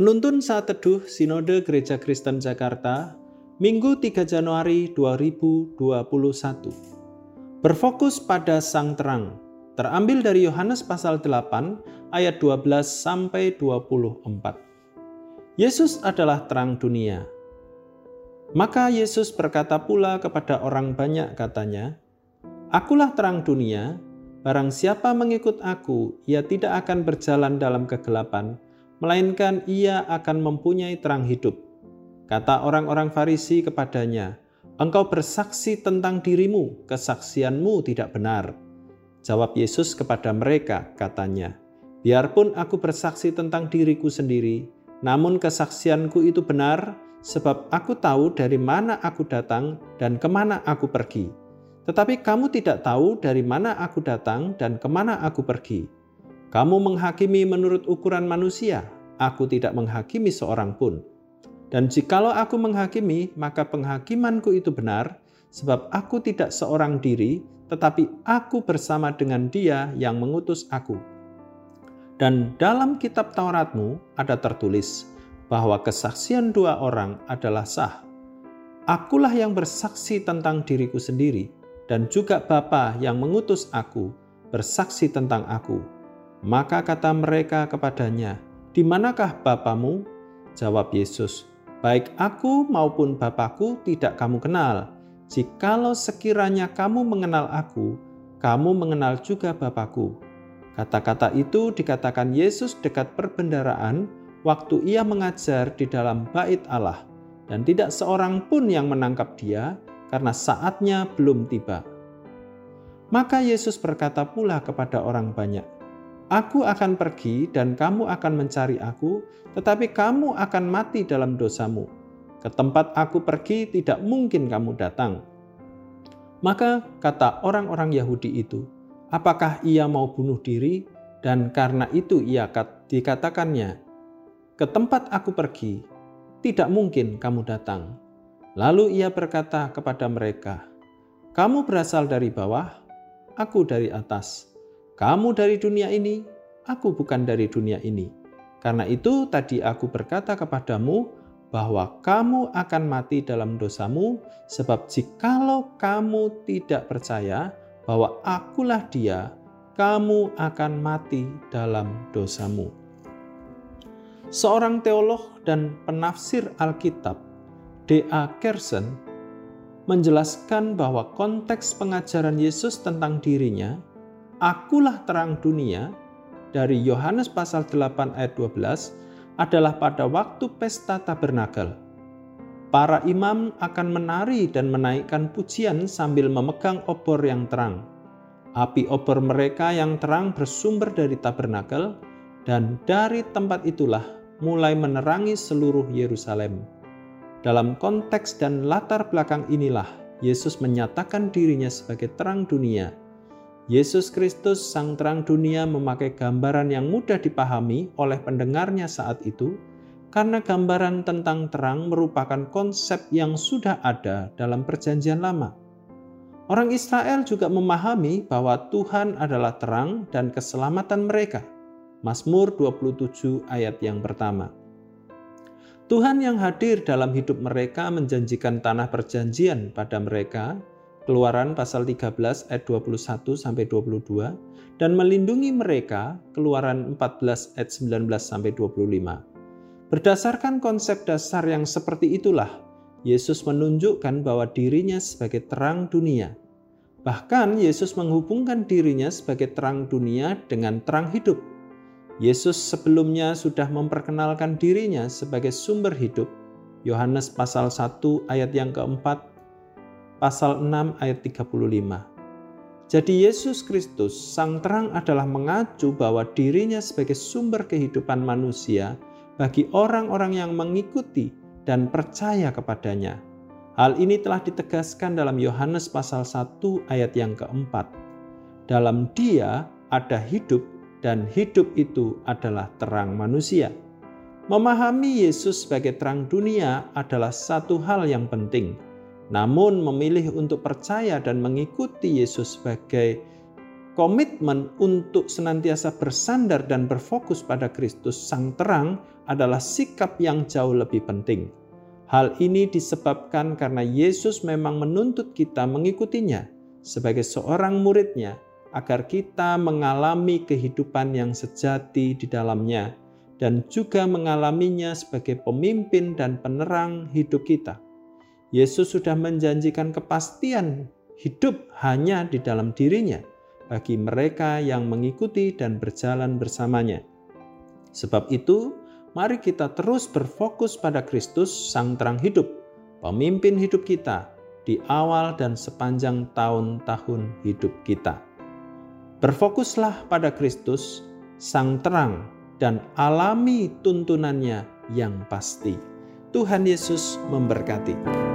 Penuntun Saat Teduh Sinode Gereja Kristen Jakarta, Minggu 3 Januari 2021. Berfokus pada Sang Terang, terambil dari Yohanes pasal 8 ayat 12 sampai 24. Yesus adalah terang dunia. Maka Yesus berkata pula kepada orang banyak katanya, "Akulah terang dunia, barang siapa mengikut aku, ia tidak akan berjalan dalam kegelapan, melainkan ia akan mempunyai terang hidup." Kata orang-orang Farisi kepadanya, "Engkau bersaksi tentang dirimu, kesaksianmu tidak benar." Jawab Yesus kepada mereka, katanya, "Biarpun aku bersaksi tentang diriku sendiri, namun kesaksianku itu benar, sebab aku tahu dari mana aku datang dan kemana aku pergi. Tetapi kamu tidak tahu dari mana aku datang dan kemana aku pergi. Kamu menghakimi menurut ukuran manusia, aku tidak menghakimi seorang pun. Dan jikalau aku menghakimi, maka penghakimanku itu benar, sebab aku tidak seorang diri, tetapi aku bersama dengan Dia yang mengutus aku. Dan dalam kitab Tauratmu ada tertulis bahwa kesaksian dua orang adalah sah. Akulah yang bersaksi tentang diriku sendiri, dan juga Bapa yang mengutus aku bersaksi tentang aku." Maka kata mereka kepadanya, "Di manakah Bapamu?" Jawab Yesus, "Baik aku maupun Bapakku tidak kamu kenal. Jikalau sekiranya kamu mengenal aku, kamu mengenal juga Bapakku." Kata-kata itu dikatakan Yesus dekat perbendaharaan waktu ia mengajar di dalam bait Allah, dan tidak seorang pun yang menangkap dia karena saatnya belum tiba. Maka Yesus berkata pula kepada orang banyak, "Aku akan pergi dan kamu akan mencari aku, tetapi kamu akan mati dalam dosamu. Ke tempat aku pergi tidak mungkin kamu datang." Maka kata orang-orang Yahudi itu, "Apakah ia mau bunuh diri?" Dan karena itu dikatakannya, "Ke tempat aku pergi, tidak mungkin kamu datang." Lalu ia berkata kepada mereka, "Kamu berasal dari bawah, aku dari atas. Kamu dari dunia ini, aku bukan dari dunia ini. Karena itu tadi aku berkata kepadamu bahwa kamu akan mati dalam dosamu, sebab jikalau kamu tidak percaya bahwa akulah Dia, kamu akan mati dalam dosamu." Seorang teolog dan penafsir Alkitab, D.A. Kersen, menjelaskan bahwa konteks pengajaran Yesus tentang dirinya, "Akulah terang dunia," dari Yohanes pasal 8 ayat 12 adalah pada waktu pesta tabernakel. Para imam akan menari dan menaikkan pujian sambil memegang obor yang terang. Api obor mereka yang terang bersumber dari tabernakel, dan dari tempat itulah mulai menerangi seluruh Yerusalem. Dalam konteks dan latar belakang inilah Yesus menyatakan dirinya sebagai terang dunia. Yesus Kristus, Sang Terang Dunia, memakai gambaran yang mudah dipahami oleh pendengarnya saat itu, karena gambaran tentang terang merupakan konsep yang sudah ada dalam Perjanjian Lama. Orang Israel juga memahami bahwa Tuhan adalah terang dan keselamatan mereka. Mazmur 27 ayat yang pertama. Tuhan yang hadir dalam hidup mereka menjanjikan tanah perjanjian pada mereka, Keluaran pasal 13 ayat 21-22, dan melindungi mereka, Keluaran 14 ayat 19-25. Berdasarkan konsep dasar yang seperti itulah, Yesus menunjukkan bahwa dirinya sebagai terang dunia. Bahkan Yesus menghubungkan dirinya sebagai terang dunia dengan terang hidup. Yesus sebelumnya sudah memperkenalkan dirinya sebagai sumber hidup. Yohanes pasal 1 ayat yang keempat, pasal 6 ayat 35. Jadi Yesus Kristus, Sang Terang, adalah mengacu bahwa dirinya sebagai sumber kehidupan manusia bagi orang-orang yang mengikuti dan percaya kepadanya. Hal ini telah ditegaskan dalam Yohanes pasal 1 ayat yang keempat. Dalam Dia ada hidup, dan hidup itu adalah terang manusia. Memahami Yesus sebagai terang dunia adalah satu hal yang penting. Namun memilih untuk percaya dan mengikuti Yesus sebagai komitmen untuk senantiasa bersandar dan berfokus pada Kristus Sang Terang adalah sikap yang jauh lebih penting. Hal ini disebabkan karena Yesus memang menuntut kita mengikutinya sebagai seorang muridnya, agar kita mengalami kehidupan yang sejati di dalamnya dan juga mengalaminya sebagai pemimpin dan penerang hidup kita. Yesus sudah menjanjikan kepastian hidup hanya di dalam dirinya bagi mereka yang mengikuti dan berjalan bersamanya. Sebab itu, mari kita terus berfokus pada Kristus, Sang Terang Hidup, pemimpin hidup kita di awal dan sepanjang tahun-tahun hidup kita. Berfokuslah pada Kristus, Sang Terang, dan alami tuntunannya yang pasti. Tuhan Yesus memberkati.